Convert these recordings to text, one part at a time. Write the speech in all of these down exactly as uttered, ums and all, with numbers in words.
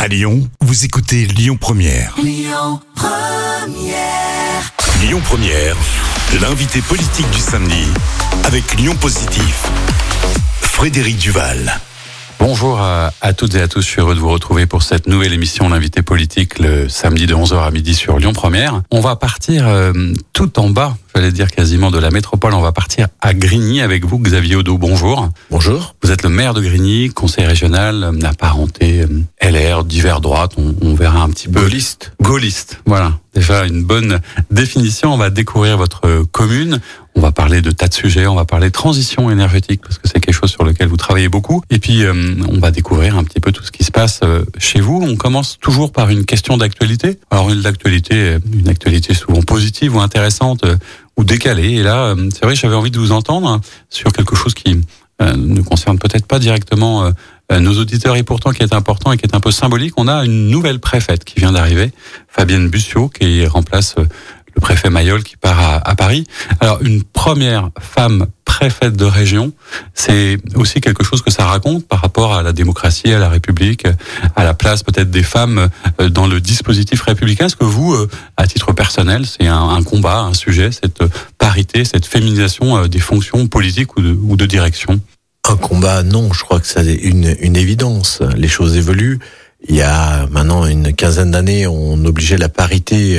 À Lyon, vous écoutez Lyon Première. Lyon Première. Lyon Première, l'invité politique du samedi avec Lyon Positif. Frédéric Duval. Bonjour à, à toutes et à tous, je suis heureux de vous retrouver pour cette nouvelle émission L'invité politique le samedi de onze heures à midi sur Lyon Première. On va partir euh, tout en bas, j'allais dire quasiment de la métropole, on va partir à Grigny avec vous, Xavier Odo, bonjour. Bonjour. Vous êtes le maire de Grigny, conseil régional, apparenté L R, divers droite, on, on verra un petit peu. Gaulliste. Gaulliste, voilà, déjà une bonne définition, on va découvrir votre commune. On va parler de tas de sujets, on va parler de transition énergétique parce que c'est quelque chose sur lequel vous travaillez beaucoup. Et puis, euh, on va découvrir un petit peu tout ce qui se passe euh, chez vous. On commence toujours par une question d'actualité. Alors, une d'actualité, une actualité souvent positive ou intéressante euh, ou décalée. Et là, euh, c'est vrai, j'avais envie de vous entendre sur quelque chose qui euh, ne concerne peut-être pas directement euh, nos auditeurs et pourtant qui est important et qui est un peu symbolique. On a une nouvelle préfète qui vient d'arriver, Fabienne Bussiot, qui remplace euh, le préfet Mayol qui part à, à Paris. Alors, une première femme préfète de région, c'est aussi quelque chose que ça raconte par rapport à la démocratie, à la République, à la place peut-être des femmes dans le dispositif républicain. Est-ce que vous, à titre personnel, c'est un, un combat, un sujet, cette parité, cette féminisation des fonctions politiques ou de, ou de direction? Un combat, non, je crois que c'est une, une évidence. Les choses évoluent. Il y a maintenant une quinzaine d'années, on obligeait la parité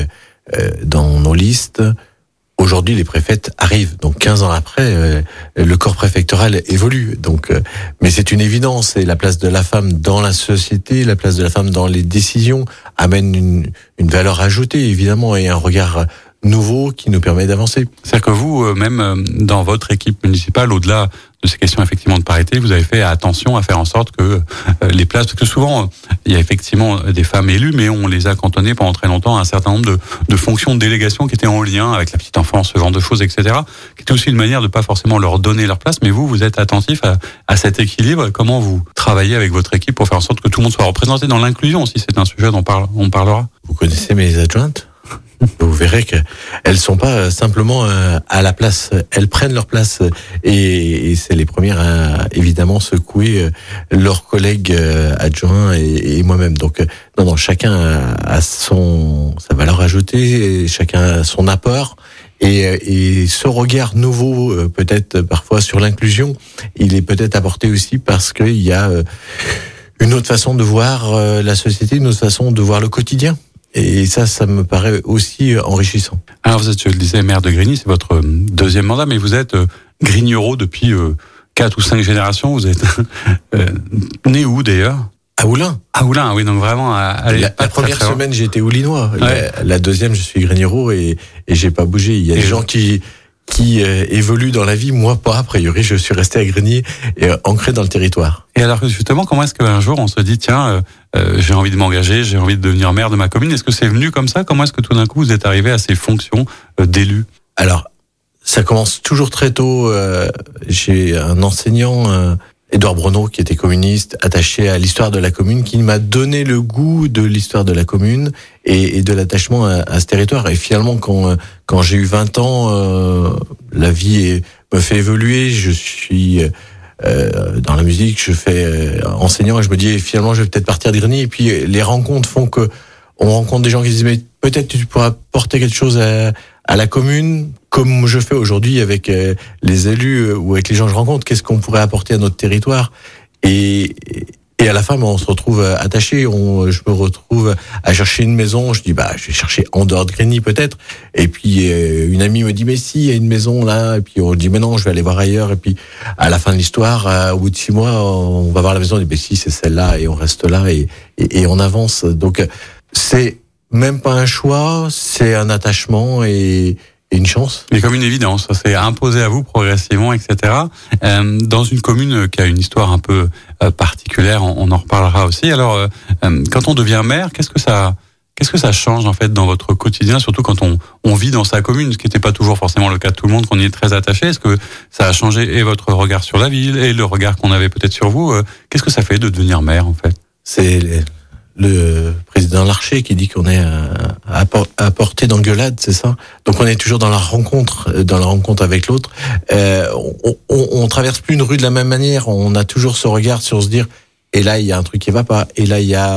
dans nos listes. Aujourd'hui, les préfètes arrivent. Donc, quinze ans après, euh, le corps préfectoral évolue. Donc, euh, mais c'est une évidence. Et la place de la femme dans la société, la place de la femme dans les décisions amène une, une valeur ajoutée, évidemment, et un regard nouveau qui nous permet d'avancer. C'est-à-dire que vous, même dans votre équipe municipale, au-delà de ces questions effectivement de parité, vous avez fait attention à faire en sorte que les places, parce que souvent il y a effectivement des femmes élues, mais on les a cantonnées pendant très longtemps à un certain nombre de, de fonctions de délégation qui étaient en lien avec la petite enfance, ce genre de choses, et cetera, qui était aussi une manière de pas forcément leur donner leur place. Mais vous, vous êtes attentif à, à cet équilibre. Comment vous travaillez avec votre équipe pour faire en sorte que tout le monde soit représenté dans l'inclusion aussi? C'est un sujet dont parle, on parlera. Vous connaissez mes adjointes? Vous verrez qu'elles sont pas simplement à la place, elles prennent leur place et, et c'est les premières à évidemment secouer leurs collègues adjoints et, et moi-même. Donc non, non, chacun a son sa valeur ajoutée, chacun a son apport et, et ce regard nouveau, peut-être parfois sur l'inclusion, il est peut-être apporté aussi parce qu'il y a une autre façon de voir la société, une autre façon de voir le quotidien. Et ça, ça me paraît aussi enrichissant. Alors vous êtes, je le disais, maire de Grigny, c'est votre deuxième mandat, mais vous êtes euh, grignereau depuis euh, quatre ou cinq générations. Vous êtes euh, né où d'ailleurs? À Oulin. À Oulin, oui, donc vraiment. À, à la, la première très semaine, j'étais oulinois. Ouais. La, la deuxième, je suis grignereau et, et j'ai pas bougé. Il y a et des gens qui qui euh, évoluent dans la vie, moi pas. A priori, je suis resté à Grigny et euh, ancré dans le territoire. Et alors justement, comment est-ce qu'un jour on se dit tiens, euh, euh, j'ai envie de m'engager, j'ai envie de devenir maire de ma commune? Est-ce que c'est venu comme ça? Comment est-ce que tout d'un coup vous êtes arrivé à ces fonctions euh, d'élu? Alors, ça commence toujours très tôt. Euh, j'ai un enseignant, euh, Édouard Breneau, qui était communiste, attaché à l'histoire de la commune, qui m'a donné le goût de l'histoire de la commune et, et de l'attachement à, à ce territoire. Et finalement, quand quand j'ai eu vingt ans, euh, la vie est, me fait évoluer. Je suis euh, dans la musique, je fais euh, enseignant et je me dis finalement, je vais peut-être partir de Grigny. Et puis les rencontres font que on rencontre des gens qui disent mais peut-être tu pourras apporter quelque chose à, à la commune, comme je fais aujourd'hui avec euh, les élus ou avec les gens que je rencontre. Qu'est-ce qu'on pourrait apporter à notre territoire? Et et à la fin, on se retrouve attaché. On, je me retrouve à chercher une maison. Je dis bah, je vais chercher en dehors de Grigny peut-être. Et puis euh, une amie me dit mais si, il y a une maison là. Et puis on dit mais non, je vais aller voir ailleurs. Et puis à la fin de l'histoire, euh, au bout de six mois, on va voir la maison. On dit mais si, c'est celle-là et on reste là et et, et on avance. Donc c'est même pas un choix, c'est un attachement et, et une chance. Mais comme une évidence, ça s'est imposé à vous progressivement, et cetera. Euh, dans une commune qui a une histoire un peu euh, particulière, on, on en reparlera aussi. Alors, euh, quand on devient maire, qu'est-ce que ça, qu'est-ce que ça change en fait dans votre quotidien, surtout quand on, on vit dans sa commune, ce qui n'était pas toujours forcément le cas de tout le monde, qu'on y est très attaché. Est-ce que ça a changé et votre regard sur la ville et le regard qu'on avait peut-être sur vous? Qu'est-ce que ça fait de devenir maire en fait? C'est les... le président Larcher qui dit qu'on est à, à, à portée d'engueulade, c'est ça? Donc on est toujours dans la rencontre, dans la rencontre avec l'autre. Euh, on, on, on traverse plus une rue de la même manière. On a toujours ce regard sur se dire, et là il y a un truc qui va pas, et là il y a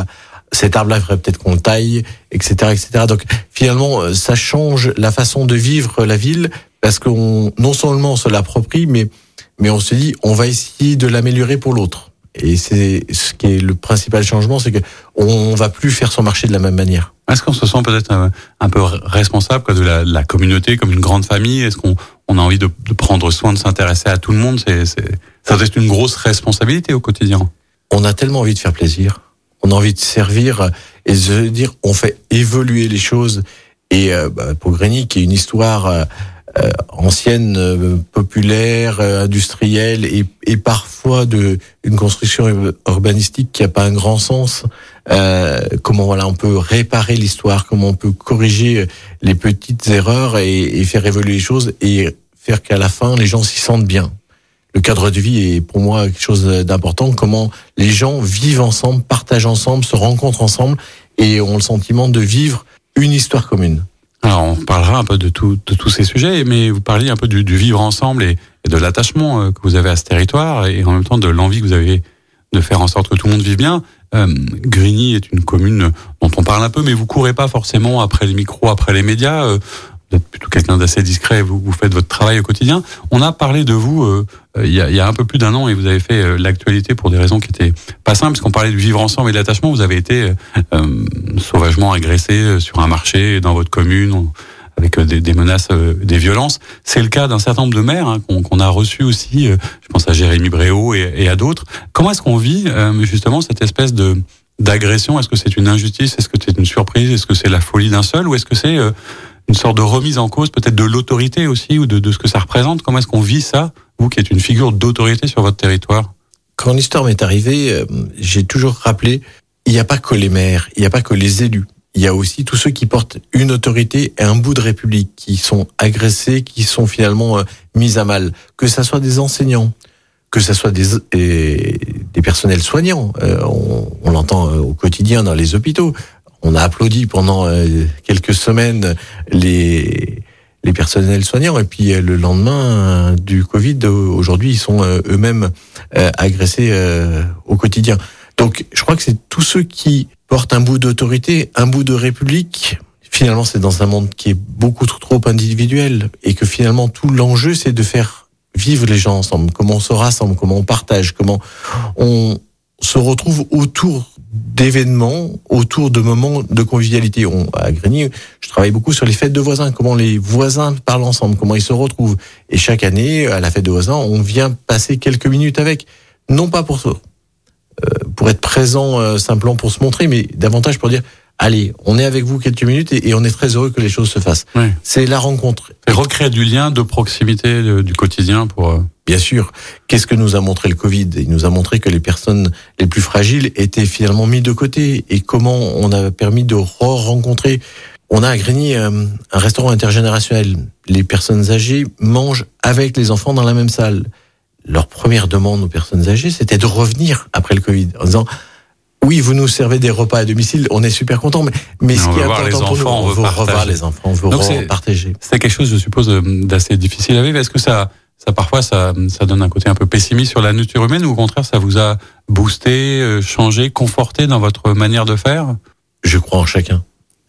cet arbre-là, il faudrait peut-être qu'on le taille, et cetera, et cetera. Donc finalement, ça change la façon de vivre la ville parce qu'on non seulement on se l'approprie, mais mais on se dit on va essayer de l'améliorer pour l'autre. Et c'est ce qui est le principal changement, c'est que on va plus faire son marché de la même manière. Est-ce qu'on se sent peut-être un, un peu responsable quoi, de la, la communauté comme une grande famille? Est-ce qu'on on a envie de, de prendre soin, de s'intéresser à tout le monde? C'est, c'est, ça doit être une grosse responsabilité au quotidien. On a tellement envie de faire plaisir. On a envie de servir et de se dire on fait évoluer les choses. Et euh, bah, pour Grigny, qui est une histoire euh, euh, ancienne, euh, populaire, euh, industrielle et, et parfois de une construction urbanistique qui a pas un grand sens. Euh, comment voilà on peut réparer l'histoire, comment on peut corriger les petites erreurs et, et faire évoluer les choses et faire qu'à la fin les gens s'y sentent bien. Le cadre de vie est pour moi quelque chose d'important. Comment les gens vivent ensemble, partagent ensemble, se rencontrent ensemble et ont le sentiment de vivre une histoire commune. Alors on parlera un peu de, tout, de tous ces sujets, mais vous parliez un peu du, du vivre ensemble et, et de l'attachement que vous avez à ce territoire et en même temps de l'envie que vous avez de faire en sorte que tout le monde vive bien. Euh, Grigny est une commune dont on parle un peu, mais vous courez pas forcément après les micros, après les médias. Euh, vous êtes plutôt quelqu'un d'assez discret, vous, vous faites votre travail au quotidien. On a parlé de vous euh, il, y a, il y a un peu plus d'un an et vous avez fait euh, l'actualité pour des raisons qui étaient pas simples, parce qu'on parlait du vivre ensemble et de l'attachement. Vous avez été euh, sauvagement agressé sur un marché dans votre commune, on, avec des, des menaces, euh, des violences. C'est le cas d'un certain nombre de maires hein, qu'on, qu'on a reçus aussi, euh, je pense à Jérémy Bréau et, et à d'autres. Comment est-ce qu'on vit euh, justement cette espèce de d'agression? Est-ce que c'est une injustice? Est-ce que c'est une surprise? Est-ce que c'est la folie d'un seul? Ou est-ce que c'est euh, une sorte de remise en cause peut-être de l'autorité aussi ou de, de ce que ça représente? Comment est-ce qu'on vit ça, vous qui êtes une figure d'autorité sur votre territoire? Quand l'histoire m'est arrivée, euh, j'ai toujours rappelé, il n'y a pas que les maires, il n'y a pas que les élus. Il y a aussi tous ceux qui portent une autorité et un bout de République, qui sont agressés, qui sont finalement euh, mis à mal. Que ça soit des enseignants, que ça soit des, et, des personnels soignants. Euh, on, on l'entend au quotidien dans les hôpitaux. On a applaudi pendant euh, quelques semaines les, les personnels soignants. Et puis euh, le lendemain euh, du Covid, aujourd'hui, ils sont euh, eux-mêmes euh, agressés euh, au quotidien. Donc je crois que c'est tous ceux qui portent un bout d'autorité, un bout de République. Finalement, c'est dans un monde qui est beaucoup trop individuel et que finalement, tout l'enjeu, c'est de faire vivre les gens ensemble, comment on se rassemble, comment on partage, comment on se retrouve autour d'événements, autour de moments de convivialité. On, à Grigny, je travaille beaucoup sur les fêtes de voisins, comment les voisins parlent ensemble, comment ils se retrouvent. Et chaque année, à la fête de voisins, on vient passer quelques minutes avec, non pas pour ça, euh, pour être présent euh, simplement pour se montrer, mais davantage pour dire allez, on est avec vous quelques minutes et, et on est très heureux que les choses se fassent. Oui. C'est la rencontre. Et recréer du lien, de proximité, de, du quotidien pour... Euh... Bien sûr. Qu'est-ce que nous a montré le Covid? Il nous a montré que les personnes les plus fragiles étaient finalement mises de côté. Et comment on a permis de re-rencontrer. On a à Grigny euh, un restaurant intergénérationnel. Les personnes âgées mangent avec les enfants dans la même salle. Leur première demande aux personnes âgées, c'était de revenir après le Covid en disant... Oui, vous nous servez des repas à domicile, on est super contents, mais, mais, mais ce qui est important pour nous, on veut revoir les enfants, on veut Donc partager. C'est quelque chose, je suppose, d'assez difficile à vivre. Est-ce que ça, ça parfois, ça, ça donne un côté un peu pessimiste sur la nature humaine ou au contraire, ça vous a boosté, changé, conforté dans votre manière de faire? Je crois en chacun.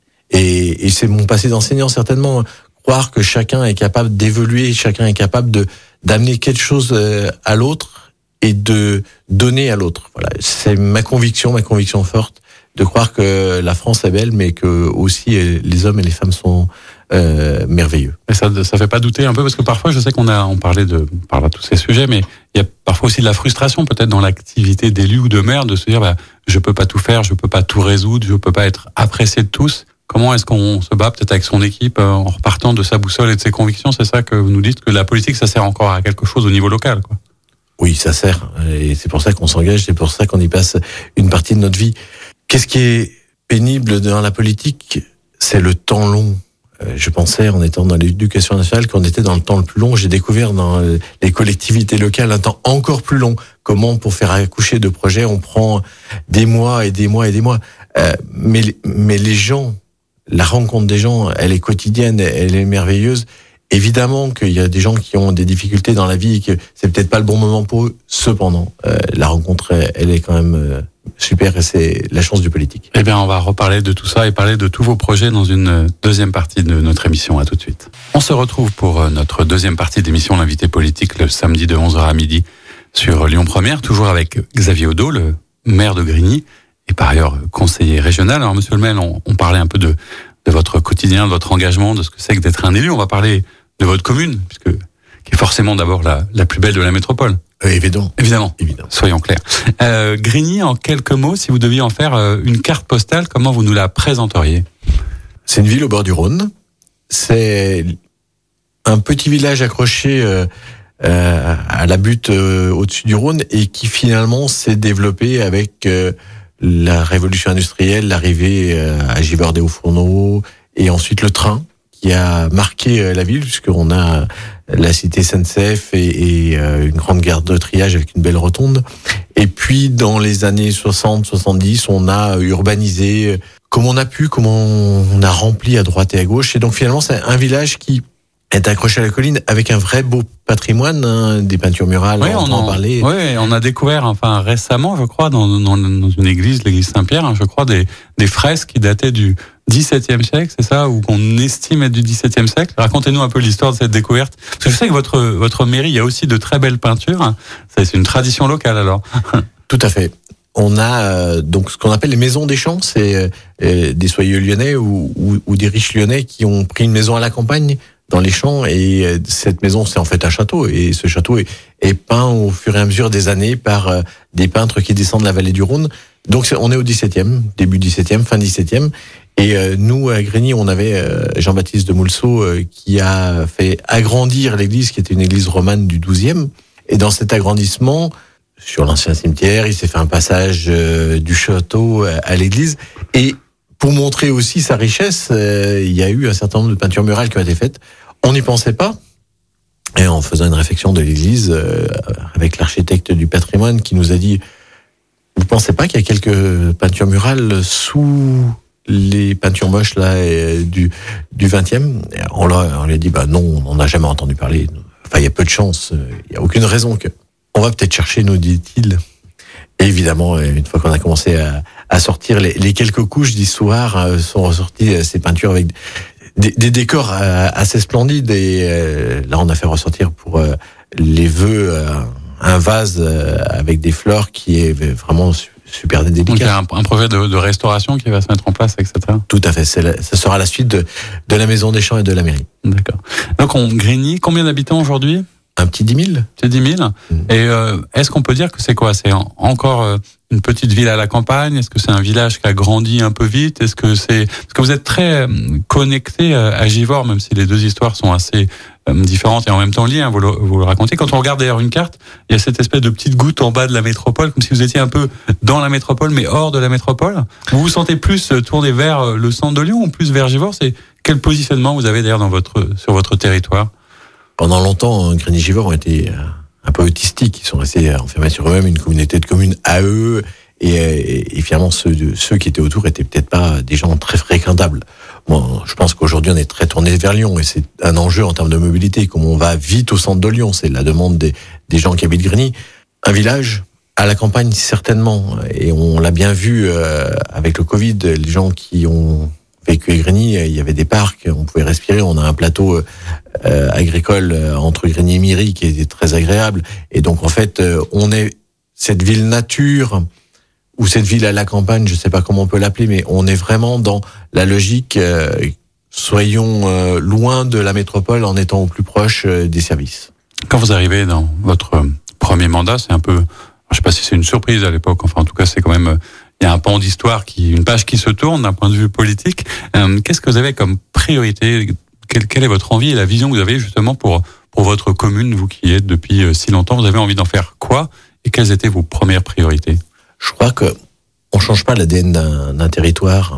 Et, et c'est mon passé d'enseignant, certainement. Croire que chacun est capable d'évoluer, chacun est capable de, d'amener quelque chose à l'autre et de donner à l'autre. Voilà, c'est ma conviction, ma conviction forte, de croire que la France est belle, mais que aussi les hommes et les femmes sont euh, merveilleux. Mais ça, ça fait pas douter un peu, parce que parfois, je sais qu'on a, on parlait de, on parle de tous ces sujets, mais il y a parfois aussi de la frustration, peut-être dans l'activité d'élu ou de maire, de se dire, bah, je peux pas tout faire, je peux pas tout résoudre, je peux pas être apprécié de tous. Comment est-ce qu'on se bat peut-être avec son équipe en repartant de sa boussole et de ses convictions? C'est ça que vous nous dites, que la politique, ça sert encore à quelque chose au niveau local, quoi. Oui, ça sert. Et c'est pour ça qu'on s'engage, c'est pour ça qu'on y passe une partie de notre vie. Qu'est-ce qui est pénible dans la politique? C'est le temps long. Je pensais, en étant dans l'éducation nationale, qu'on était dans le temps le plus long. J'ai découvert dans les collectivités locales un temps encore plus long. Comment, pour faire accoucher de projets, on prend des mois et des mois et des mois. Euh, mais, mais les gens, la rencontre des gens, elle est quotidienne, elle est merveilleuse. Évidemment qu'il y a des gens qui ont des difficultés dans la vie et que c'est peut-être pas le bon moment pour eux. Cependant, euh, la rencontre, elle est quand même euh, super et c'est la chance du politique. Eh bien, on va reparler de tout ça et parler de tous vos projets dans une deuxième partie de notre émission. À tout de suite. On se retrouve pour notre deuxième partie d'émission L'invité politique le samedi de onze heures à midi sur Lyon Première, toujours avec Xavier Odo, le maire de Grigny et par ailleurs conseiller régional. Alors, monsieur le maire, on, on parlait un peu de, de votre quotidien, de votre engagement, de ce que c'est que d'être un élu. On va parler de votre commune, puisque qui est forcément d'abord la, la plus belle de la métropole. Euh, évidemment. Évidemment. Évidemment. Soyons clairs. Euh, Grigny, en quelques mots, si vous deviez en faire euh, une carte postale, comment vous nous la présenteriez? C'est une ville au bord du Rhône. C'est un petit village accroché euh, euh, à la butte euh, au-dessus du Rhône et qui finalement s'est développé avec euh, la révolution industrielle, l'arrivée euh, à Givors-des-Hauts-Fourneaux et ensuite le train qui a marqué la ville, puisqu'on a la cité S N C F et, et euh, une grande gare de triage avec une belle rotonde. Et puis, dans les années soixante soixante-dix, on a urbanisé comme on a pu, comme on a rempli à droite et à gauche. Et donc, finalement, c'est un village qui est accroché à la colline avec un vrai beau patrimoine, hein, des peintures murales, oui, on, on en parlait. Oui, on a découvert, enfin récemment, je crois, dans, dans, dans une église, l'église Saint-Pierre, hein, je crois, des, des fresques qui dataient du dix-septième siècle, c'est ça, ou qu'on estime être du dix-septième siècle. Racontez-nous un peu l'histoire de cette découverte. Parce que je sais que votre votre mairie, il y a aussi de très belles peintures. C'est une tradition locale, alors. Tout à fait. On a euh, donc ce qu'on appelle les maisons des champs, c'est euh, des soyeux lyonnais ou, ou, ou des riches lyonnais qui ont pris une maison à la campagne dans les champs, et euh, cette maison c'est en fait un château, et ce château est, est peint au fur et à mesure des années par euh, des peintres qui descendent la vallée du Rhône. Donc c'est, on est au dix-septième, début dix-septième, fin dix-septième, et euh, nous à Grigny on avait euh, Jean-Baptiste de Moulseau euh, qui a fait agrandir l'église qui était une église romane du douzième, et dans cet agrandissement sur l'ancien cimetière, il s'est fait un passage euh, du château à l'église, et pour montrer aussi sa richesse, euh, il y a eu un certain nombre de peintures murales qui ont été faites. On n'y pensait pas, et en faisant une réflexion de l'église euh, avec l'architecte du patrimoine qui nous a dit: vous pensez pas qu'il y a quelques peintures murales sous les peintures moches là euh, du du vingtième? On l'a, on lui a dit bah non, on n'a jamais entendu parler. Enfin, il y a peu de chance, il y a aucune raison que. On va peut-être chercher, nous dit-il. Et évidemment, une fois qu'on a commencé à, à sortir les, les quelques couches d'histoire, euh, sont ressorties euh, ces peintures avec des, des décors euh, assez splendides. Et euh, là, on a fait ressortir pour euh, les vœux euh, un vase euh, avec des fleurs qui est vraiment super délicat. Donc il y a un, un projet de, de restauration qui va se mettre en place, et cetera. Tout à fait. C'est la, ça sera la suite de, de la Maison des Champs et de la mairie. D'accord. Donc on Grigny, combien d'habitants aujourd'hui? Un petit dix mille. C'est dix mille. Mmh. Et euh, est-ce qu'on peut dire que c'est quoi? C'est en, encore euh, une petite ville à la campagne? Est-ce que c'est un village qui a grandi un peu vite? Est-ce que c'est parce que vous êtes très euh, connecté à Givors, même si les deux histoires sont assez euh, différentes et en même temps liées, hein, vous, le, vous le racontez. Quand on regarde d'ailleurs une carte, il y a cette espèce de petite goutte en bas de la métropole, comme si vous étiez un peu dans la métropole, mais hors de la métropole. Vous vous sentez plus tourné vers le centre de Lyon ou plus vers Givors? C'est quel positionnement vous avez d'ailleurs dans votre sur votre territoire? Pendant longtemps, Grigny-Givors ont été un peu autistiques. Ils sont restés enfermés sur eux-mêmes, une communauté de communes à eux. Et, et, et finalement, ceux, de, ceux qui étaient autour étaient peut-être pas des gens très fréquentables. Bon, je pense qu'aujourd'hui, on est très tourné vers Lyon. Et c'est un enjeu en termes de mobilité. Comme on va vite au centre de Lyon, c'est la demande des, des gens qui habitent Grigny. Un village, à la campagne, certainement. Et on l'a bien vu euh, avec le Covid, les gens qui ont vécu à Grigny, il y avait des parcs, on pouvait respirer. On a un plateau euh, agricole euh, entre Grigny et Miry qui était très agréable. Et donc en fait, euh, on est cette ville nature ou cette ville à la campagne, je sais pas comment on peut l'appeler, mais on est vraiment dans la logique. Euh, soyons euh, loin de la métropole en étant au plus proche euh, des services. Quand vous arrivez dans votre premier mandat, c'est un peu, je sais pas si c'est une surprise à l'époque. Enfin, en tout cas, c'est quand même. Il y a un pan d'histoire, qui, une page qui se tourne d'un point de vue politique. Euh, qu'est-ce que vous avez comme priorité? Quelle, quelle est votre envie et la vision que vous avez justement pour pour votre commune, vous qui y êtes depuis si longtemps? Vous avez envie d'en faire quoi? Et quelles étaient vos premières priorités? Je crois que on change pas l'A D N d'un, d'un territoire,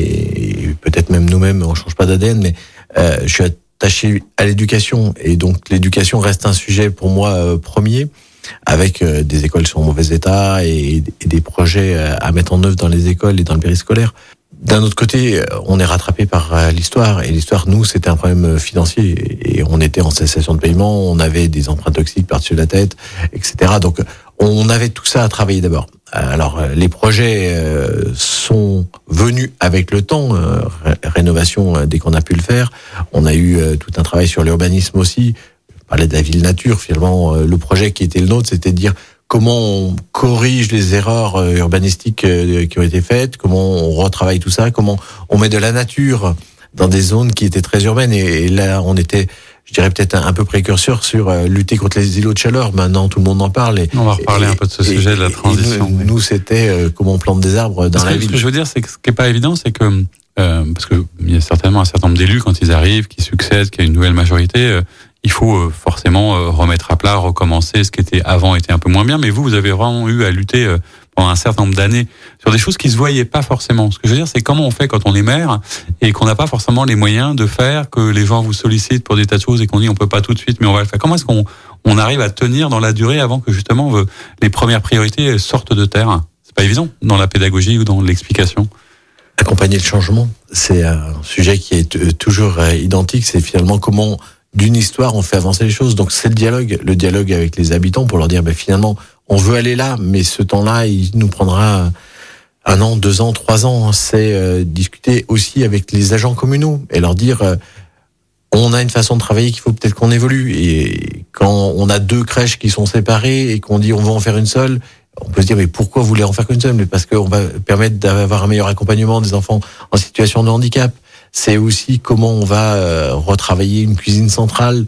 et peut-être même nous-mêmes, on change pas d'A D N, mais euh, je suis attaché à l'éducation, et donc l'éducation reste un sujet pour moi euh, premier. Avec euh, des écoles qui sont en mauvais état et, et des projets euh, à mettre en œuvre dans les écoles et dans le périscolaire. D'un autre côté, on est rattrapé par l'histoire. Et l'histoire, nous, c'était un problème financier. Et on était en cessation de paiement, on avait des emprunts toxiques par-dessus la tête, et cetera. Donc, on avait tout ça à travailler d'abord. Alors, les projets sont venus avec le temps, ré- rénovation dès qu'on a pu le faire. On a eu tout un travail sur l'urbanisme aussi. Je parlais de la ville nature, finalement. Le projet qui était le nôtre, c'était de dire comment on corrige les erreurs urbanistiques qui ont été faites, comment on retravaille tout ça, comment on met de la nature dans des zones qui étaient très urbaines. Et là, on était, je dirais peut-être un peu précurseur sur lutter contre les îlots de chaleur. Maintenant, tout le monde en parle. Et, on va reparler et, un peu de ce et, sujet de la transition. Nous, nous, c'était euh, comment on plante des arbres dans parce la que, ville. Ce que je veux dire, c'est que ce qui est pas évident, c'est que euh, parce que il y a certainement un certain nombre d'élus quand ils arrivent, qui succèdent, qui a une nouvelle majorité. Euh, il faut forcément remettre à plat, recommencer. Ce qui était avant était un peu moins bien, mais vous, vous avez vraiment eu à lutter pendant un certain nombre d'années sur des choses qui se voyaient pas forcément. Ce que je veux dire, c'est comment on fait quand on est maire et qu'on n'a pas forcément les moyens de faire, que les gens vous sollicitent pour des tas de choses et qu'on dit on peut pas tout de suite, mais on va le faire. Comment est-ce qu'on on arrive à tenir dans la durée avant que justement les premières priorités sortent de terre? C'est pas évident dans la pédagogie ou dans l'explication. Accompagner le changement, c'est un sujet qui est toujours identique. C'est finalement comment d'une histoire, on fait avancer les choses. Donc c'est le dialogue, le dialogue avec les habitants pour leur dire, ben finalement, on veut aller là, mais ce temps-là, il nous prendra un an, deux ans, trois ans. C'est euh, discuter aussi avec les agents communaux et leur dire, euh, on a une façon de travailler qu'il faut peut-être qu'on évolue. Et quand on a deux crèches qui sont séparées et qu'on dit on va en faire une seule, on peut se dire, mais pourquoi vous voulez en faire qu'une seule? Mais parce qu'on va permettre d'avoir un meilleur accompagnement des enfants en situation de handicap. C'est aussi comment on va euh, retravailler une cuisine centrale,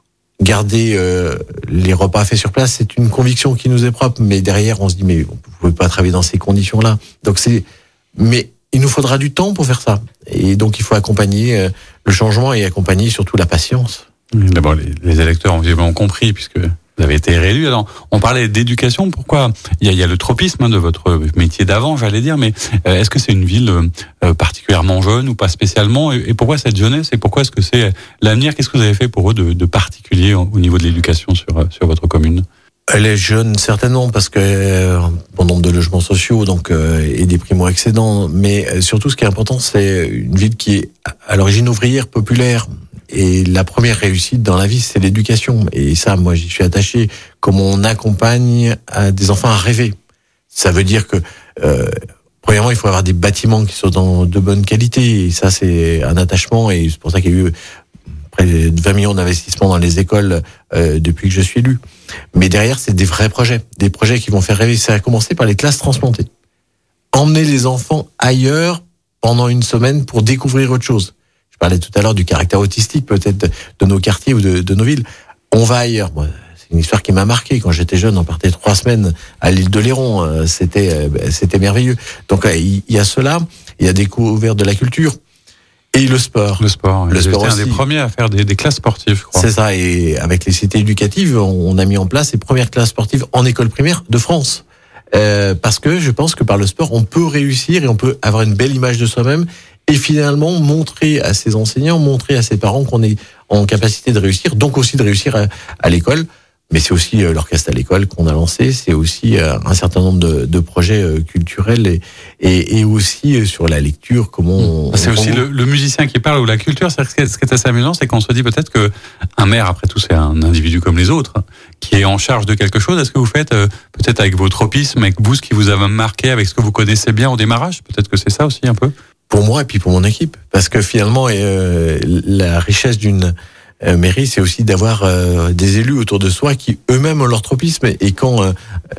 garder euh, les repas faits sur place. C'est une conviction qui nous est propre, mais derrière on se dit mais vous pouvez pas travailler dans ces conditions-là. Donc c'est, mais il nous faudra du temps pour faire ça. Et donc il faut accompagner euh, le changement et accompagner surtout la patience. D'abord les, les électeurs ont visiblement compris puisque vous avez été réélu. Alors, on parlait d'éducation. Pourquoi? Il y a, il y a le tropisme hein, de votre métier d'avant, j'allais dire, mais euh, est-ce que c'est une ville euh, particulièrement jeune ou pas spécialement? Et, et pourquoi cette jeunesse? Et pourquoi est-ce que c'est l'avenir? Qu'est-ce que vous avez fait pour eux de, de particulier au niveau de l'éducation sur, sur votre commune? Elle est jeune certainement parce que euh, bon nombre de logements sociaux donc euh, et des primo-accédants, mais euh, surtout ce qui est important, c'est une ville qui est à l'origine ouvrière, populaire. Et la première réussite dans la vie, c'est l'éducation. Et ça, moi, j'y suis attaché. Comment on accompagne des enfants à rêver. Ça veut dire que, euh, premièrement, il faut avoir des bâtiments qui sont dans de bonne qualité. Et ça, c'est un attachement. Et c'est pour ça qu'il y a eu près de vingt millions d'investissements dans les écoles euh, depuis que je suis élu. Mais derrière, c'est des vrais projets. Des projets qui vont faire rêver. Ça a commencé par les classes transplantées. Emmener les enfants ailleurs pendant une semaine pour découvrir autre chose. Je parlais tout à l'heure du caractère autistique peut-être de, de nos quartiers ou de, de nos villes. On va ailleurs. Moi, c'est une histoire qui m'a marqué. Quand j'étais jeune, on partait trois semaines à l'île de Léron. C'était, c'était merveilleux. Donc il y a cela. Il y a découvert de la culture et le sport. Le sport. Le sport aussi. Un des premiers à faire des, des classes sportives, je crois. C'est ça. Et avec les cités éducatives, on a mis en place les premières classes sportives en école primaire de France. Euh, parce que je pense que par le sport, on peut réussir et on peut avoir une belle image de soi-même. Et finalement, montrer à ses enseignants, montrer à ses parents qu'on est en capacité de réussir, donc aussi de réussir à, à l'école. Mais c'est aussi euh, l'orchestre à l'école qu'on a lancé, c'est aussi euh, un certain nombre de, de projets euh, culturels et, et, et aussi euh, sur la lecture, comment on... C'est on, aussi on... Le, le musicien qui parle ou la culture. C'est ce qui est, ce qui est assez amusant, c'est qu'on se dit peut-être que un maire, après tout, c'est un individu comme les autres, qui est en charge de quelque chose. Est-ce que vous faites, euh, peut-être avec vos tropismes, avec vous, ce qui vous a marqué, avec ce que vous connaissez bien au démarrage? Peut-être que c'est ça aussi un peu? Pour moi et puis pour mon équipe, parce que finalement euh, la richesse d'une euh, mairie, c'est aussi d'avoir euh, des élus autour de soi qui eux-mêmes ont leur tropisme, et quand euh,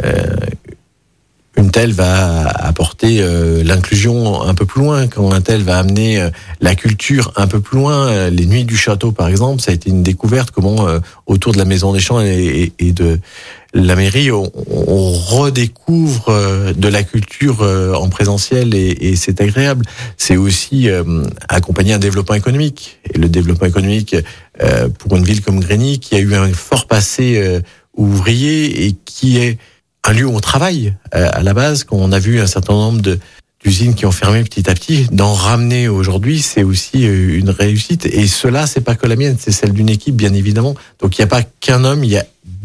une telle va apporter euh, l'inclusion un peu plus loin, quand un tel va amener euh, la culture un peu plus loin, euh, les nuits du château par exemple, ça a été une découverte, comment euh, autour de la maison des champs et, et de la mairie, on, on redécouvre euh, de la culture euh, en présentiel, et, et c'est agréable. C'est aussi euh, accompagner un développement économique. Et le développement économique, euh, pour une ville comme Grigny, qui a eu un fort passé euh, ouvrier et qui est un lieu où on travaille euh, à la base, quand on a vu un certain nombre de d'usines qui ont fermé petit à petit, d'en ramener aujourd'hui, c'est aussi euh, une réussite. Et cela, c'est pas que la mienne, c'est celle d'une équipe, bien évidemment. Donc il n'y a pas qu'un homme, il y a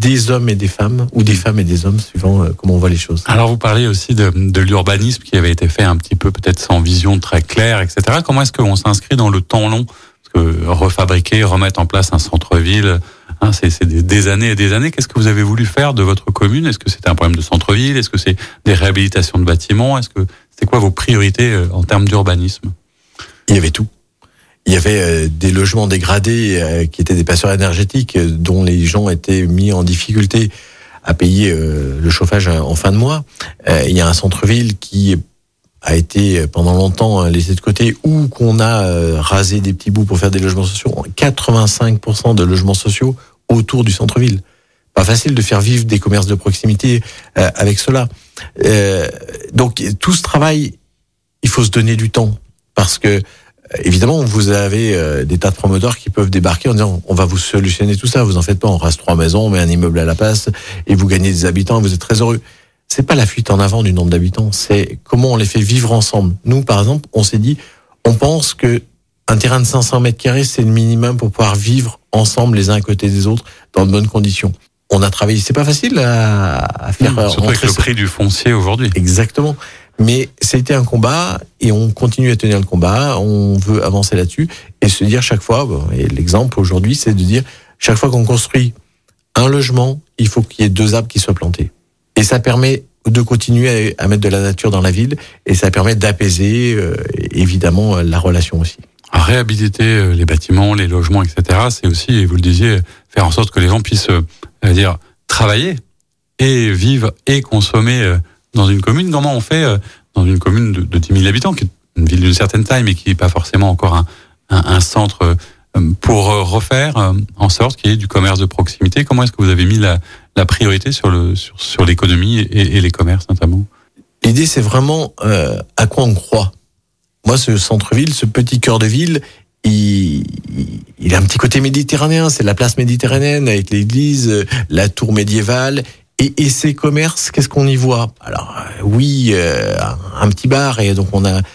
des hommes et des femmes, ou des femmes et des hommes, suivant euh, comment on voit les choses. Alors vous parlez aussi de, de l'urbanisme qui avait été fait un petit peu peut-être sans vision très claire, et cetera. Comment est-ce qu'on s'inscrit dans le temps long ? Parce que refabriquer, remettre en place un centre-ville, hein, c'est, c'est des, des années et des années. Qu'est-ce que vous avez voulu faire de votre commune ? Est-ce que c'était un problème de centre-ville ? Est-ce que c'est des réhabilitations de bâtiments ? Est-ce que c'était quoi vos priorités euh, en termes d'urbanisme ? Il y avait tout. Il y avait euh, des logements dégradés euh, qui étaient des passoires énergétiques euh, dont les gens étaient mis en difficulté à payer euh, le chauffage en fin de mois. Euh, il y a un centre-ville qui a été pendant longtemps laissé de côté ou qu'on a euh, rasé des petits bouts pour faire des logements sociaux. quatre-vingt-cinq pour cent de logements sociaux autour du centre-ville. Pas facile de faire vivre des commerces de proximité euh, avec cela. Euh, donc tout ce travail, il faut se donner du temps parce que évidemment, vous avez euh, des tas de promoteurs qui peuvent débarquer en disant on va vous solutionner tout ça, vous en faites pas, on rase trois maisons, on met un immeuble à la place et vous gagnez des habitants et vous êtes très heureux. C'est pas la fuite en avant du nombre d'habitants, c'est comment on les fait vivre ensemble. Nous, par exemple, on s'est dit, on pense que un terrain de cinq cents mètres carrés, c'est le minimum pour pouvoir vivre ensemble les uns à côté des autres dans de bonnes conditions. On a travaillé, c'est pas facile à, à faire. Mmh, surtout avec le prix du foncier aujourd'hui. Exactement. Mais c'était un combat et on continue à tenir le combat. On veut avancer là-dessus et se dire chaque fois, bon, et l'exemple aujourd'hui, c'est de dire chaque fois qu'on construit un logement, il faut qu'il y ait deux arbres qui soient plantés. Et ça permet de continuer à, à mettre de la nature dans la ville et ça permet d'apaiser euh, évidemment la relation aussi. À réhabiliter les bâtiments, les logements, et cetera. C'est aussi, et vous le disiez, faire en sorte que les gens puissent, euh, dire, travailler et vivre et consommer euh, dans une commune. Comment on fait euh, dans une commune de, de dix mille habitants, qui est une ville d'une certaine taille, mais qui n'est pas forcément encore un, un, un centre euh, pour refaire euh, en sorte qu'il y ait du commerce de proximité. Comment est-ce que vous avez mis la, la priorité sur, le, sur, sur l'économie et, et les commerces notamment ? L'idée, c'est vraiment euh, à quoi on croit. Moi, ce centre-ville, ce petit cœur de ville, il, il a un petit côté méditerranéen. C'est la place méditerranéenne avec l'église, la tour médiévale. Et, et ces commerces, qu'est-ce qu'on y voit ? Alors, euh, oui, euh, un petit bar. Et donc, on a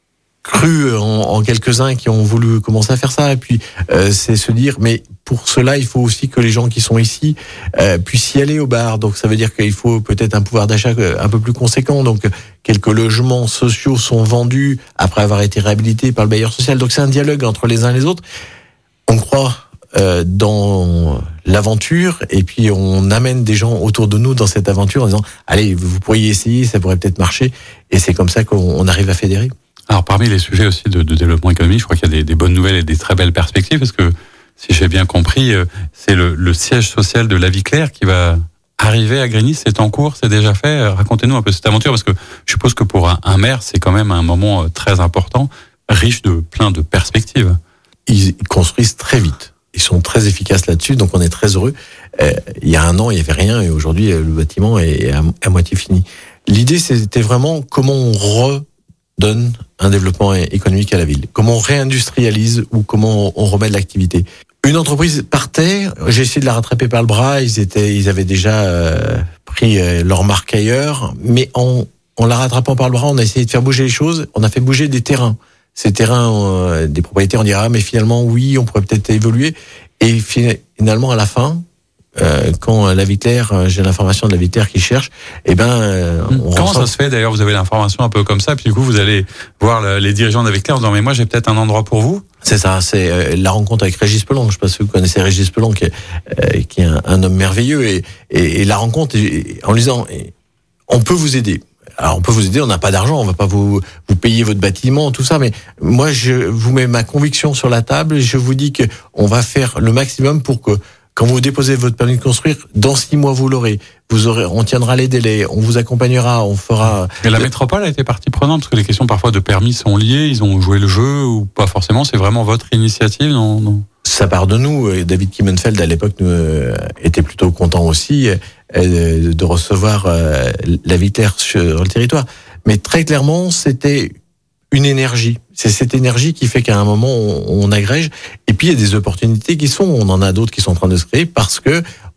cru en, en quelques-uns qui ont voulu commencer à faire ça. Et puis, euh, c'est se dire, mais pour cela, il faut aussi que les gens qui sont ici euh, puissent y aller au bar. Donc, ça veut dire qu'il faut peut-être un pouvoir d'achat un peu plus conséquent. Donc, quelques logements sociaux sont vendus après avoir été réhabilités par le bailleur social. Donc, c'est un dialogue entre les uns et les autres. On croit euh, dans l'aventure et puis on amène des gens autour de nous dans cette aventure en disant « Allez, vous pourriez essayer, ça pourrait peut-être marcher. » Et c'est comme ça qu'on arrive à fédérer. Alors, parmi les sujets aussi de, de développement économique, je crois qu'il y a des, des bonnes nouvelles et des très belles perspectives, parce que, si j'ai bien compris, c'est le, le siège social de La Vie Claire qui va arriver à Grigny. C'est en cours, c'est déjà fait. Racontez-nous un peu cette aventure, parce que je suppose que pour un, un maire, c'est quand même un moment très important, riche de plein de perspectives. Ils construisent très vite. Ils sont très efficaces là-dessus, donc on est très heureux. Euh, il y a un an, il n'y avait rien, et aujourd'hui, le bâtiment est à, à moitié fini. L'idée, c'était vraiment comment on re donne un développement économique à la ville. Comment on réindustrialise ou comment on remet de l'activité. Une entreprise partait, j'ai essayé de la rattraper par le bras, ils étaient, ils avaient déjà euh, pris euh, leur marque ailleurs, mais en, en la rattrapant par le bras, on a essayé de faire bouger les choses, on a fait bouger des terrains. Ces terrains, euh, des propriétaires, on dira, ah, mais finalement, oui, on pourrait peut-être évoluer. Et finalement, à la fin, Euh, quand La Vie Claire, j'ai l'information de La Vie Claire qui cherche, eh ben, euh, on comment ressent... ça se fait d'ailleurs? Vous avez l'information un peu comme ça, puis du coup vous allez voir le, les dirigeants de La Vie Claire en disant mais moi j'ai peut-être un endroit pour vous. C'est ça, c'est euh, la rencontre avec Régis Pelan. Je sais pas si vous connaissez Régis Pelan, qui est, euh, qui est un, un homme merveilleux, et, et, et la rencontre et, en lui disant on peut vous aider. Alors on peut vous aider, on n'a pas d'argent, on va pas vous vous payer votre bâtiment, tout ça, mais moi je vous mets ma conviction sur la table et je vous dis que on va faire le maximum pour que quand vous déposez votre permis de construire, dans six mois vous l'aurez. Vous aurez, on tiendra les délais, on vous accompagnera, on fera. Et la métropole a été partie prenante parce que les questions parfois de permis sont liées. Ils ont joué le jeu ou pas forcément. C'est vraiment votre initiative, non, non. Ça part de nous. David Kimmenfeld à l'époque nous, euh, était plutôt content aussi euh, de recevoir euh, La Vie Claire sur le territoire. Mais très clairement, c'était une énergie. C'est cette énergie qui fait qu'à un moment, on, on agrège. Et puis, il y a des opportunités qui sont, on en a d'autres qui sont en train de se créer parce que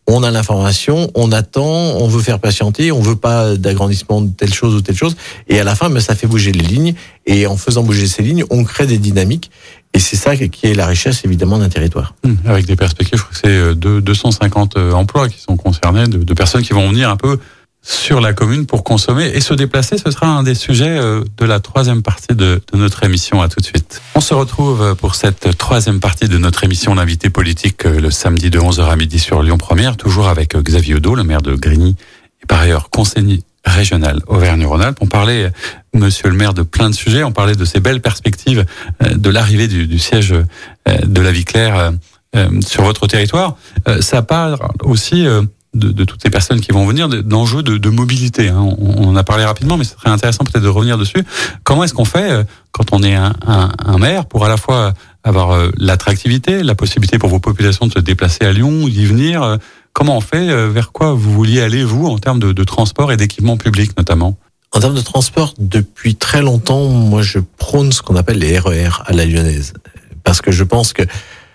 on a l'information, on attend, on veut faire patienter, on veut pas d'agrandissement de telle chose ou telle chose. Et à la fin, mais ça fait bouger les lignes. Et en faisant bouger ces lignes, on crée des dynamiques. Et c'est ça qui est la richesse, évidemment, d'un territoire. Avec des perspectives, je crois que c'est deux cent cinquante emplois qui sont concernés, de, de personnes qui vont venir un peu sur la commune pour consommer et se déplacer. Ce sera un des sujets de la troisième partie de, de notre émission. À tout de suite. On se retrouve pour cette troisième partie de notre émission L'invité politique le samedi de onze heures à midi sur Lyon Première, toujours avec Xavier Odo, le maire de Grigny et par ailleurs conseiller régional Auvergne-Rhône-Alpes. On parlait, monsieur le maire, de plein de sujets. On parlait de ces belles perspectives de l'arrivée du, du siège de la Vie Claire sur votre territoire. Ça part aussi De, de toutes ces personnes qui vont venir, d'enjeux de, de mobilité. Hein. On, on en a parlé rapidement, mais ce serait intéressant peut-être de revenir dessus. Comment est-ce qu'on fait, quand on est un, un, un maire, pour à la fois avoir l'attractivité, la possibilité pour vos populations de se déplacer à Lyon, d'y venir? Comment on fait? Vers quoi vous vouliez aller, vous, en termes de, de transport et d'équipement public, notamment? En termes de transport, depuis très longtemps, moi, je prône ce qu'on appelle les R E R à la lyonnaise. Parce que je pense que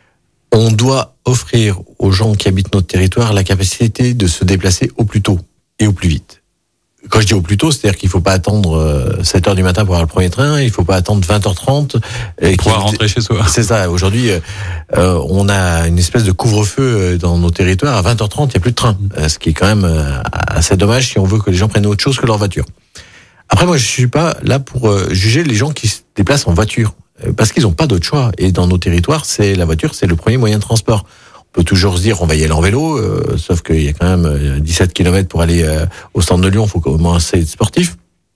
on doit offrir aux gens qui habitent notre territoire la capacité de se déplacer au plus tôt et au plus vite. Quand je dis au plus tôt, c'est-à-dire qu'il ne faut pas attendre sept heures du matin pour avoir le premier train, il ne faut pas attendre vingt heures trente. Pour pouvoir rentrer chez soi. C'est ça. Aujourd'hui, euh, on a une espèce de couvre-feu dans nos territoires. À vingt heures trente, il n'y a plus de train. Ce qui est quand même assez dommage si on veut que les gens prennent autre chose que leur voiture. Après, moi, je ne suis pas là pour juger les gens qui se déplacent en voiture. Parce qu'ils n'ont pas d'autre choix. Et dans nos territoires, c'est la voiture, c'est le premier moyen de transport. On peut toujours se dire, on va y aller en vélo, euh, sauf qu'il y a quand même dix-sept kilomètres pour aller euh, au centre de Lyon, il faut commencer à être sportif.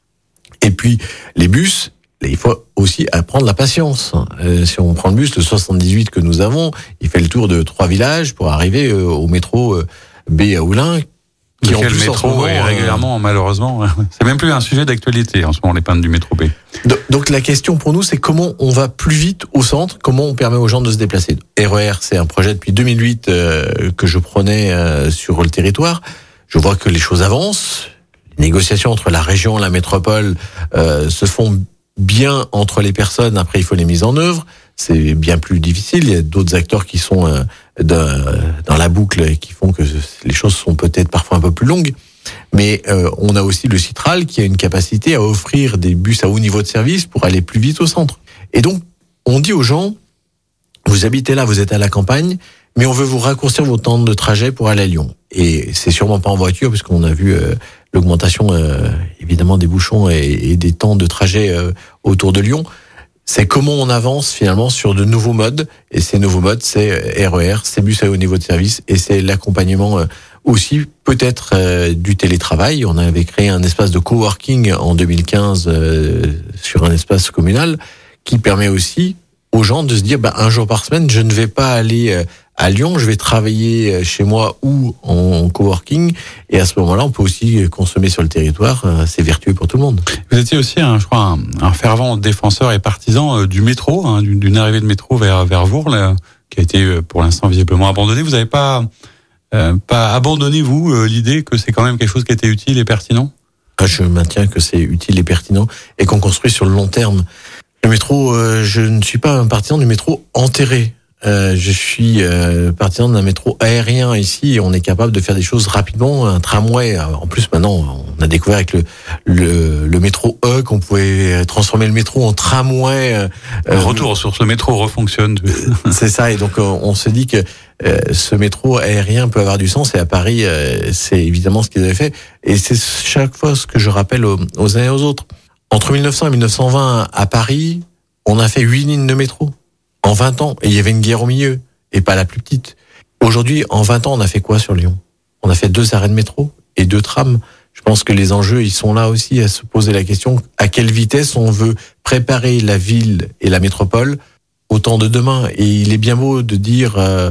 Et puis, les bus, il faut aussi apprendre la patience. Euh, si on prend le bus, le soixante-dix-huit que nous avons, il fait le tour de trois villages pour arriver euh, au métro euh, B à Oulin. Qui le métro moment, est régulièrement, euh... malheureusement, c'est même plus un sujet d'actualité en ce moment, les pannes du métro B. Donc la question pour nous, c'est comment on va plus vite au centre, comment on permet aux gens de se déplacer. R E R, c'est un projet depuis deux mille huit euh, que je prenais euh, sur le territoire. Je vois que les choses avancent. Les négociations entre la région et la métropole euh, se font bien entre les personnes. Après, il faut les mises en œuvre. C'est bien plus difficile. Il y a d'autres acteurs qui sont euh, de, dans la boucle et qui font que les choses sont peut-être parfois un peu plus longues. Mais euh, on a aussi le Citral qui a une capacité à offrir des bus à haut niveau de service pour aller plus vite au centre. Et donc, on dit aux gens, vous habitez là, vous êtes à la campagne, mais on veut vous raccourcir vos temps de trajet pour aller à Lyon. Et c'est sûrement pas en voiture, puisqu'on a vu euh, l'augmentation, euh, évidemment, des bouchons et, et des temps de trajet euh, autour de Lyon. C'est comment on avance finalement sur de nouveaux modes. Et ces nouveaux modes, c'est R E R, c'est bus à haut niveau de service, et c'est l'accompagnement euh, aussi peut-être euh, du télétravail. On avait créé un espace de coworking en deux mille quinze euh, sur un espace communal qui permet aussi aux gens de se dire bah, un jour par semaine, je ne vais pas aller euh, à Lyon, je vais travailler chez moi ou en coworking. Et à ce moment-là, on peut aussi consommer sur le territoire. C'est vertueux pour tout le monde. Vous étiez aussi, un, je crois, un, un fervent défenseur et partisan euh, du métro, hein, d'une arrivée de métro vers, vers Vourles, euh, qui a été pour l'instant visiblement abandonnée. Vous n'avez pas, euh, pas abandonné, vous, euh, l'idée que c'est quand même quelque chose qui était utile et pertinent? Je maintiens que c'est utile et pertinent et qu'on construit sur le long terme. Le métro, euh, je ne suis pas un partisan du métro enterré. Euh, je suis euh, partisan d'un métro aérien ici et on est capable de faire des choses rapidement. Un tramway, en plus maintenant, on a découvert avec le le, le métro E qu'on pouvait transformer le métro en tramway. Euh, le retour sur ce métro refonctionne. C'est ça, et donc on, on se dit que euh, ce métro aérien peut avoir du sens. Et à Paris, euh, c'est évidemment ce qu'ils avaient fait. Et c'est chaque fois ce que je rappelle aux, aux uns et aux autres. Entre mille neuf cents et mille neuf cent vingt à Paris, on a fait huit lignes de métro. En vingt ans, et il y avait une guerre au milieu, et pas la plus petite. Aujourd'hui, en vingt ans, on a fait quoi sur Lyon? On a fait deux arrêts de métro et deux trams. Je pense que les enjeux, ils sont là aussi à se poser la question à quelle vitesse on veut préparer la ville et la métropole au temps de demain. Et il est bien beau de dire euh,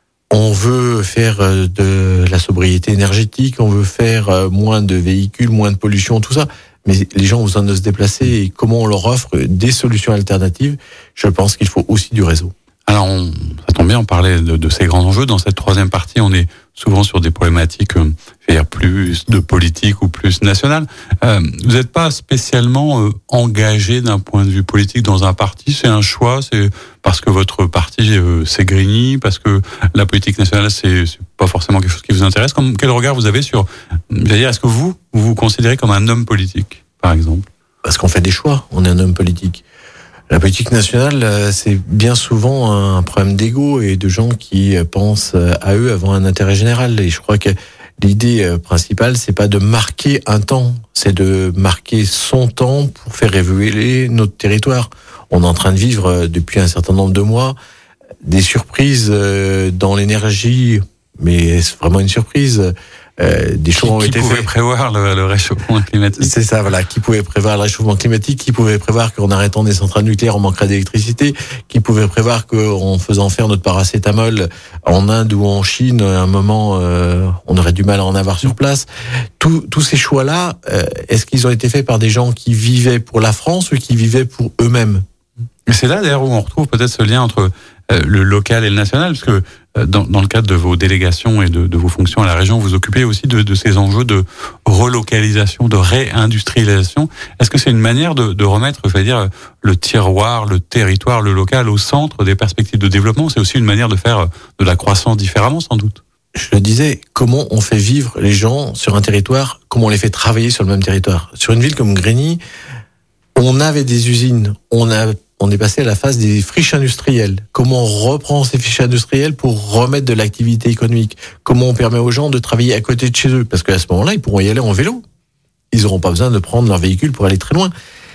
on veut faire de la sobriété énergétique, on veut faire moins de véhicules, moins de pollution, tout ça. Mais les gens ont besoin de se déplacer et comment on leur offre des solutions alternatives, je pense qu'il faut aussi du réseau. Alors, on, ça tombe bien, on parlait de, de ces grands enjeux. Dans cette troisième partie, on est souvent sur des problématiques, euh, je veux dire, plus de politique ou plus nationale. Euh, vous n'êtes pas spécialement euh, engagé d'un point de vue politique dans un parti. C'est un choix. C'est parce que votre parti euh, c'est Grigny, parce que la politique nationale c'est, c'est pas forcément quelque chose qui vous intéresse. Comme, quel regard vous avez sur, j'allais dire, est-ce que vous vous vous considérez comme un homme politique, par exemple? Parce qu'on fait des choix. On est un homme politique. La politique nationale, c'est bien souvent un problème d'ego et de gens qui pensent à eux avant un intérêt général. Et je crois que l'idée principale, c'est pas de marquer un temps, c'est de marquer son temps pour faire évoluer notre territoire. On est en train de vivre depuis un certain nombre de mois des surprises dans l'énergie, mais c'est vraiment une surprise. Euh, des choix ont qui été pouvait faits. prévoir le, le réchauffement climatique. C'est ça, voilà. Qui pouvait prévoir le réchauffement climatique, qui pouvait prévoir qu'en arrêtant des centrales nucléaires, on manquerait d'électricité, qui pouvait prévoir qu'en faisant faire notre paracétamol en Inde ou en Chine, à un moment, euh, on aurait du mal à en avoir sur place. Tous, tous ces choix-là, euh, est-ce qu'ils ont été faits par des gens qui vivaient pour la France ou qui vivaient pour eux-mêmes? Mais c'est là d'ailleurs où on retrouve peut-être ce lien entre euh, le local et le national, parce que euh, dans, dans le cadre de vos délégations et de, de vos fonctions à la région, vous occupez aussi de, de ces enjeux de relocalisation, de réindustrialisation. Est-ce que c'est une manière de, de remettre, je vais dire, le tiroir, le territoire, le local au centre des perspectives de développement? C'est aussi une manière de faire de la croissance différemment, sans doute. Je le disais, comment on fait vivre les gens sur un territoire, comment on les fait travailler sur le même territoire. Sur une ville comme Grigny, on avait des usines, on a On est passé à la phase des friches industrielles. Comment on reprend ces friches industrielles pour remettre de l'activité économique? Comment on permet aux gens de travailler à côté de chez eux? Parce qu'à ce moment-là, ils pourront y aller en vélo. Ils n'auront pas besoin de prendre leur véhicule pour aller très loin.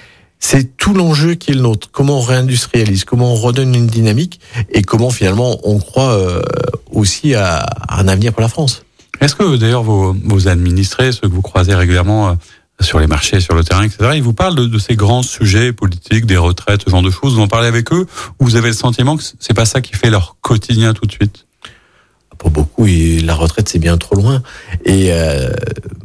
C'est tout l'enjeu qui est le nôtre. Comment on réindustrialise? Comment on redonne une dynamique? Et comment finalement on croit euh, aussi à, à un avenir pour la France? Est-ce que d'ailleurs vos, vos administrés, ceux que vous croisez régulièrement euh, sur les marchés, sur le terrain, et cetera, ils vous parlent de, de ces grands sujets politiques, des retraites, ce genre de choses? Vous en parlez avec eux, ou vous avez le sentiment que c'est pas ça qui fait leur quotidien tout de suite? Pour beaucoup, et la retraite c'est bien trop loin. Et euh,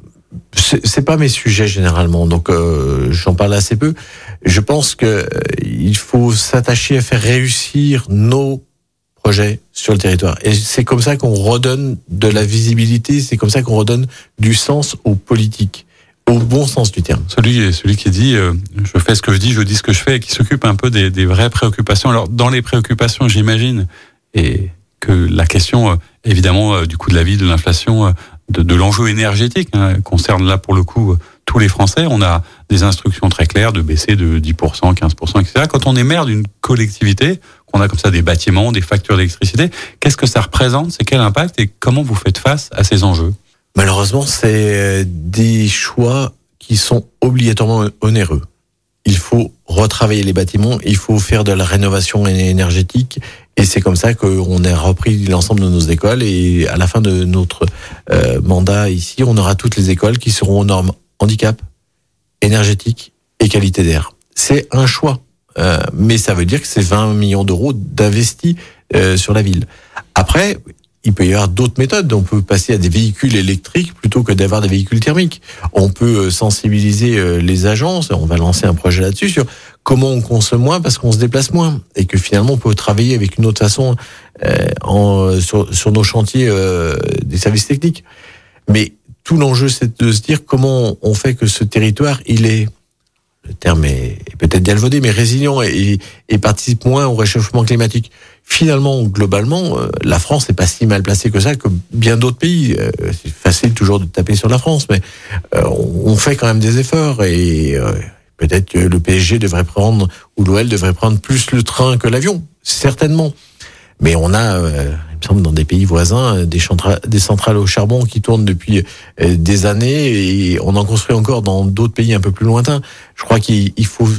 c'est, c'est pas mes sujets généralement, donc euh, j'en parle assez peu. Je pense que euh, il faut s'attacher à faire réussir nos projets sur le territoire. Et c'est comme ça qu'on redonne de la visibilité, c'est comme ça qu'on redonne du sens aux politiques. Au bon sens du terme. Celui, celui qui dit euh, je fais ce que je dis, je dis ce que je fais, et qui s'occupe un peu des, des vraies préoccupations. Alors dans les préoccupations, j'imagine, et que la question, euh, évidemment, euh, du coût de la vie, de l'inflation, euh, de, de l'enjeu énergétique, hein, concerne là pour le coup euh, tous les Français. On a des instructions très claires de baisser de dix pour cent, quinze pour cent, et cetera. Quand on est maire d'une collectivité, qu'on a comme ça des bâtiments, des factures d'électricité, qu'est-ce que ça représente? C'est quel impact et comment vous faites face à ces enjeux? Malheureusement, c'est des choix qui sont obligatoirement onéreux. Il faut retravailler les bâtiments, il faut faire de la rénovation énergétique, et c'est comme ça qu'on a repris l'ensemble de nos écoles, et à la fin de notre euh, mandat ici, on aura toutes les écoles qui seront aux normes handicap, énergétique et qualité d'air. C'est un choix, euh, mais ça veut dire que c'est vingt millions d'euros d'investis euh, sur la ville. Après, il peut y avoir d'autres méthodes. On peut passer à des véhicules électriques plutôt que d'avoir des véhicules thermiques. On peut sensibiliser les agences. On va lancer un projet là-dessus sur comment on consomme moins parce qu'on se déplace moins. Et que finalement, on peut travailler avec une autre façon euh, en, sur, sur nos chantiers euh, des services techniques. Mais tout l'enjeu, c'est de se dire comment on fait que ce territoire, il est, le terme est peut-être galvaudé, mais résilient et, et participe moins au réchauffement climatique. Finalement, globalement, la France n'est pas si mal placée que ça, que bien d'autres pays. C'est facile toujours de taper sur la France, mais on fait quand même des efforts et peut-être que le P S G devrait prendre, ou l'O L devrait prendre plus le train que l'avion, certainement. Mais on a, il me semble, dans des pays voisins, des centrales, des centrales au charbon qui tournent depuis des années et on en construit encore dans d'autres pays un peu plus lointains. Je crois qu'il faut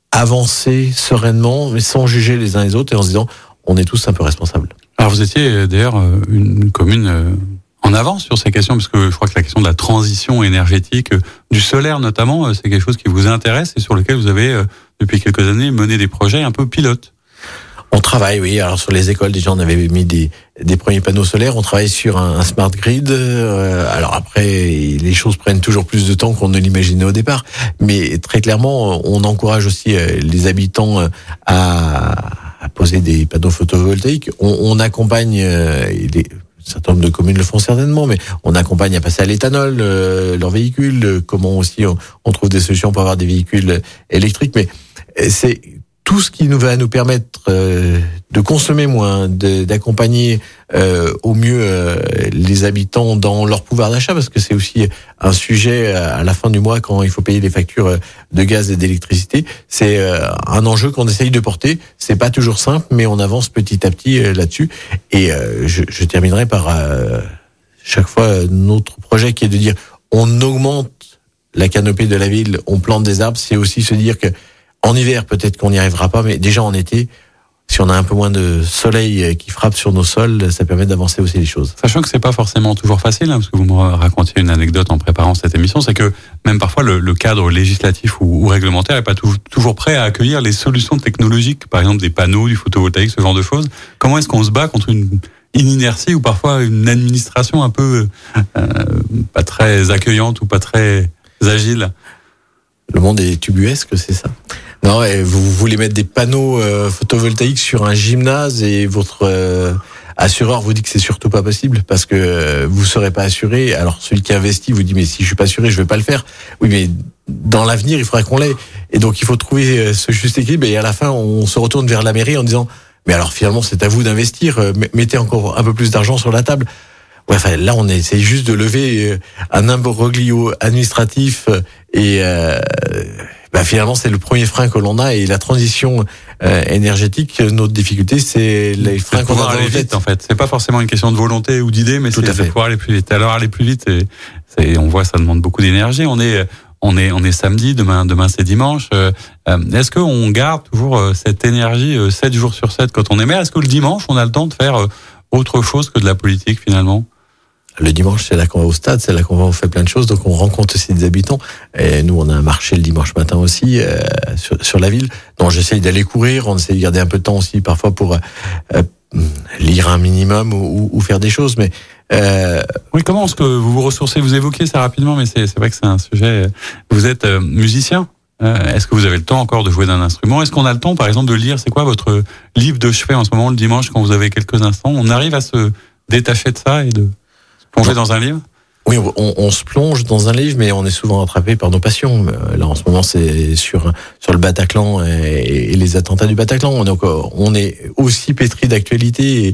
avancer sereinement, mais sans juger les uns les autres et en se disant, on est tous un peu responsables. Alors vous étiez d'ailleurs une commune en avance sur ces questions, parce que je crois que la question de la transition énergétique, du solaire notamment, c'est quelque chose qui vous intéresse et sur lequel vous avez, depuis quelques années, mené des projets un peu pilotes. On travaille, oui. Alors sur les écoles, déjà, on avait mis des, des premiers panneaux solaires. On travaille sur un, un smart grid. Euh, alors après, les choses prennent toujours plus de temps qu'on ne l'imaginait au départ. Mais très clairement, on encourage aussi les habitants à, à poser des panneaux photovoltaïques. On, on accompagne euh, les, un certain nombre de communes le font certainement, mais on accompagne à passer à l'éthanol euh, leurs véhicules. Euh, comment aussi on, on trouve des solutions pour avoir des véhicules électriques. Mais c'est tout ce qui nous va nous permettre euh, de consommer moins, de, d'accompagner euh, au mieux euh, les habitants dans leur pouvoir d'achat, parce que c'est aussi un sujet à la fin du mois quand il faut payer les factures de gaz et d'électricité. C'est euh, un enjeu qu'on essaye de porter. C'est pas toujours simple, mais on avance petit à petit euh, là-dessus. Et euh, je, je terminerai par euh, chaque fois notre projet qui est de dire on augmente la canopée de la ville, on plante des arbres. C'est aussi se dire que en hiver, peut-être qu'on n'y arrivera pas, mais déjà en été, si on a un peu moins de soleil qui frappe sur nos sols, ça permet d'avancer aussi les choses. Sachant que c'est pas forcément toujours facile, hein, parce que vous me racontiez une anecdote en préparant cette émission, c'est que même parfois le, le cadre législatif ou, ou réglementaire est pas tout, toujours prêt à accueillir les solutions technologiques, par exemple des panneaux, du photovoltaïque, ce genre de choses. Comment est-ce qu'on se bat contre une, une inertie ou parfois une administration un peu euh, pas très accueillante ou pas très agile? Le monde est ubuesque, c'est ça. Non, et vous voulez mettre des panneaux euh, photovoltaïques sur un gymnase et votre euh, assureur vous dit que c'est surtout pas possible parce que euh, vous serez pas assuré. Alors celui qui investit vous dit mais si je suis pas assuré, je vais pas le faire. Oui, mais dans l'avenir, il faudra qu'on l'ait. Et donc il faut trouver ce juste équilibre. Et à la fin, on se retourne vers la mairie en disant mais alors finalement c'est à vous d'investir. Mettez encore un peu plus d'argent sur la table. Ouais, enfin, là, on essaie juste de lever un imbroglio administratif et euh, bah, finalement, c'est le premier frein que l'on a et la transition euh, énergétique. Notre difficulté, c'est les freins qu'on a dans aller vite. En fait, c'est pas forcément une question de volonté ou d'idée, mais Tout c'est de pouvoir aller plus vite. Alors, aller plus vite, c'est, c'est, on voit, ça demande beaucoup d'énergie. On est, on est, on est samedi. Demain, demain, c'est dimanche. Euh, est-ce qu'on garde toujours cette énergie sept jours sur sept quand on est maire? Est-ce que le dimanche, on a le temps de faire autre chose que de la politique finalement? Le dimanche, c'est là qu'on va au stade, c'est là qu'on va, on fait plein de choses, donc on rencontre aussi des habitants. Et nous, on a un marché le dimanche matin aussi euh, sur, sur la ville. Donc j'essaye d'aller courir, on essaie de garder un peu de temps aussi parfois pour euh, lire un minimum ou, ou faire des choses. Mais euh... oui, comment est-ce que vous vous ressourcez? Vous évoquez ça rapidement, mais c'est, c'est vrai que c'est un sujet. Vous êtes euh, musicien. Euh, est-ce que vous avez le temps encore de jouer d'un instrument? Est-ce qu'on a le temps, par exemple, de lire? C'est quoi votre livre de chevet en ce moment le dimanche quand vous avez quelques instants? On arrive à se détacher de ça et de plonger dans un livre? Oui, on, on se plonge dans un livre, mais on est souvent attrapé par nos passions. Là, en ce moment, c'est sur sur le Bataclan et, et les attentats du Bataclan. Donc, on est aussi pétri d'actualité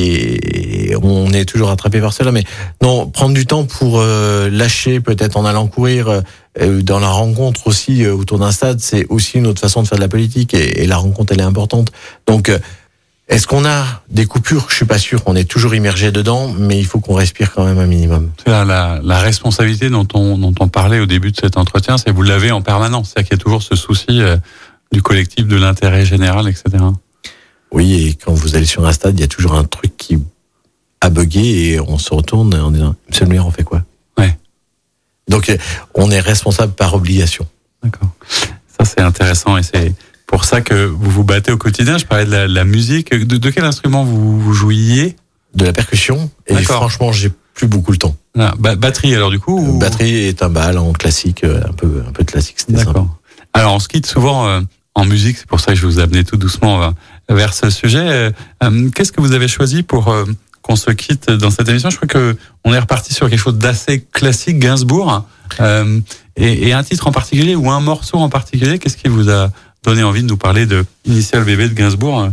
et, et on est toujours attrapé par cela. Mais non, prendre du temps pour euh, lâcher, peut-être en allant courir, euh, dans la rencontre aussi euh, autour d'un stade, c'est aussi une autre façon de faire de la politique. Et, et la rencontre, elle est importante. Donc, euh, est-ce qu'on a des coupures? Je suis pas sûr. On est toujours immergé dedans, mais il faut qu'on respire quand même un minimum. La, la, la responsabilité dont on, dont on parlait au début de cet entretien, c'est que vous l'avez en permanence. C'est-à-dire qu'il y a toujours ce souci euh, du collectif, de l'intérêt général, et cetera. Oui, et quand vous allez sur un stade, il y a toujours un truc qui a bugué et on se retourne en disant « Monsieur le maire, on fait quoi ?» Ouais. Donc, on est responsable par obligation. D'accord. Ça, c'est intéressant et c'est pour ça que vous vous battez au quotidien. Je parlais de la, la musique. De, de quel instrument vous, vous jouiez? De la percussion. Et D'accord. Franchement, j'ai plus beaucoup le temps. Ah, ba- batterie alors du coup ou... Batterie et timbales en classique, un peu, un peu de classique. C'était D'accord. Sympa. Alors on se quitte souvent euh, en musique. C'est pour ça que je vous ai amené tout doucement euh, vers ce sujet. Euh, qu'est-ce que vous avez choisi pour euh, qu'on se quitte dans cette émission? Je crois que on est reparti sur quelque chose d'assez classique, Gainsbourg. Euh, et, et un titre en particulier ou un morceau en particulier. Qu'est-ce qui vous a donné envie de nous parler de Initial Bébé de Gainsbourg?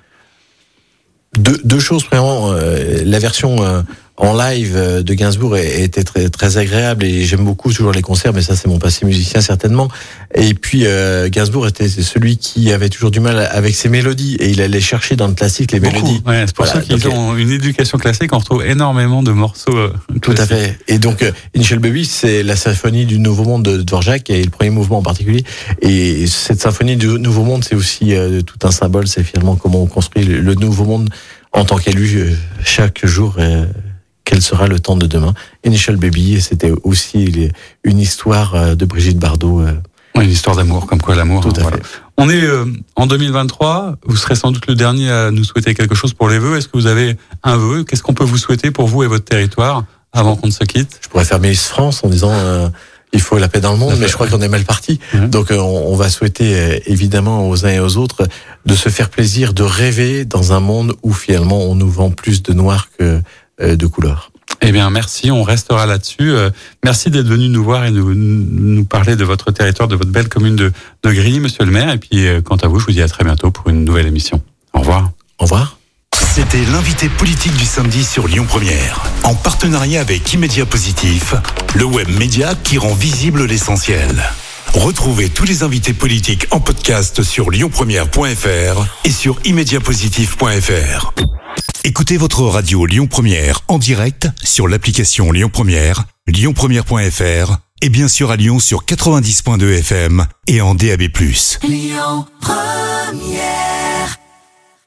Deux, deux choses, vraiment. Euh, la version euh, en live de Gainsbourg était très, très agréable et j'aime beaucoup toujours les concerts, mais ça c'est mon passé musicien certainement. Et puis euh, Gainsbourg était celui qui avait toujours du mal avec ses mélodies et il allait chercher dans le classique les Beaucoup, mélodies. Ouais, c'est pour voilà, ça qu'ils donc, ont une éducation classique, on retrouve énormément de morceaux euh, Tout à fait. Et donc euh, Initial Baby, c'est la symphonie du Nouveau Monde de Dvorak et le premier mouvement en particulier. Et cette symphonie du Nouveau Monde, c'est aussi euh, tout un symbole, c'est finalement comment on construit le, le Nouveau Monde en tant qu'élu euh, chaque jour. Euh, Quel sera le temps de demain? Initial Baby, c'était aussi une histoire de Brigitte Bardot. Oui, une histoire d'amour, comme quoi l'amour. Tout hein, à voilà. fait. On est euh, en deux mille vingt-trois, vous serez sans doute le dernier à nous souhaiter quelque chose pour les vœux. Est-ce que vous avez un vœu? Qu'est-ce qu'on peut vous souhaiter pour vous et votre territoire avant qu'on ne se quitte? Je pourrais faire Miss France en disant... Euh, il faut la paix dans le monde, mais je crois qu'on est mal parti. Mmh. Donc on, on va souhaiter euh, évidemment aux uns et aux autres de se faire plaisir, de rêver dans un monde où finalement on nous vend plus de noir que euh, de couleur. Eh bien, merci. On restera là-dessus. Euh, merci d'être venu nous voir et nous, nous parler de votre territoire, de votre belle commune de, de Grigny, monsieur le maire. Et puis, euh, quant à vous, je vous dis à très bientôt pour une nouvelle émission. Au revoir. Au revoir. C'était l'invité politique du samedi sur Lyon Première, en partenariat avec Immédiat Positif, le web média qui rend visible l'essentiel. Retrouvez tous les invités politiques en podcast sur lyon première point f r et sur immédiat positif point f r. Écoutez votre radio Lyon Première en direct sur l'application Lyon Première, lyon première point f r et bien sûr à Lyon sur quatre-vingt-dix point deux F M et en D A B plus. Lyon Première.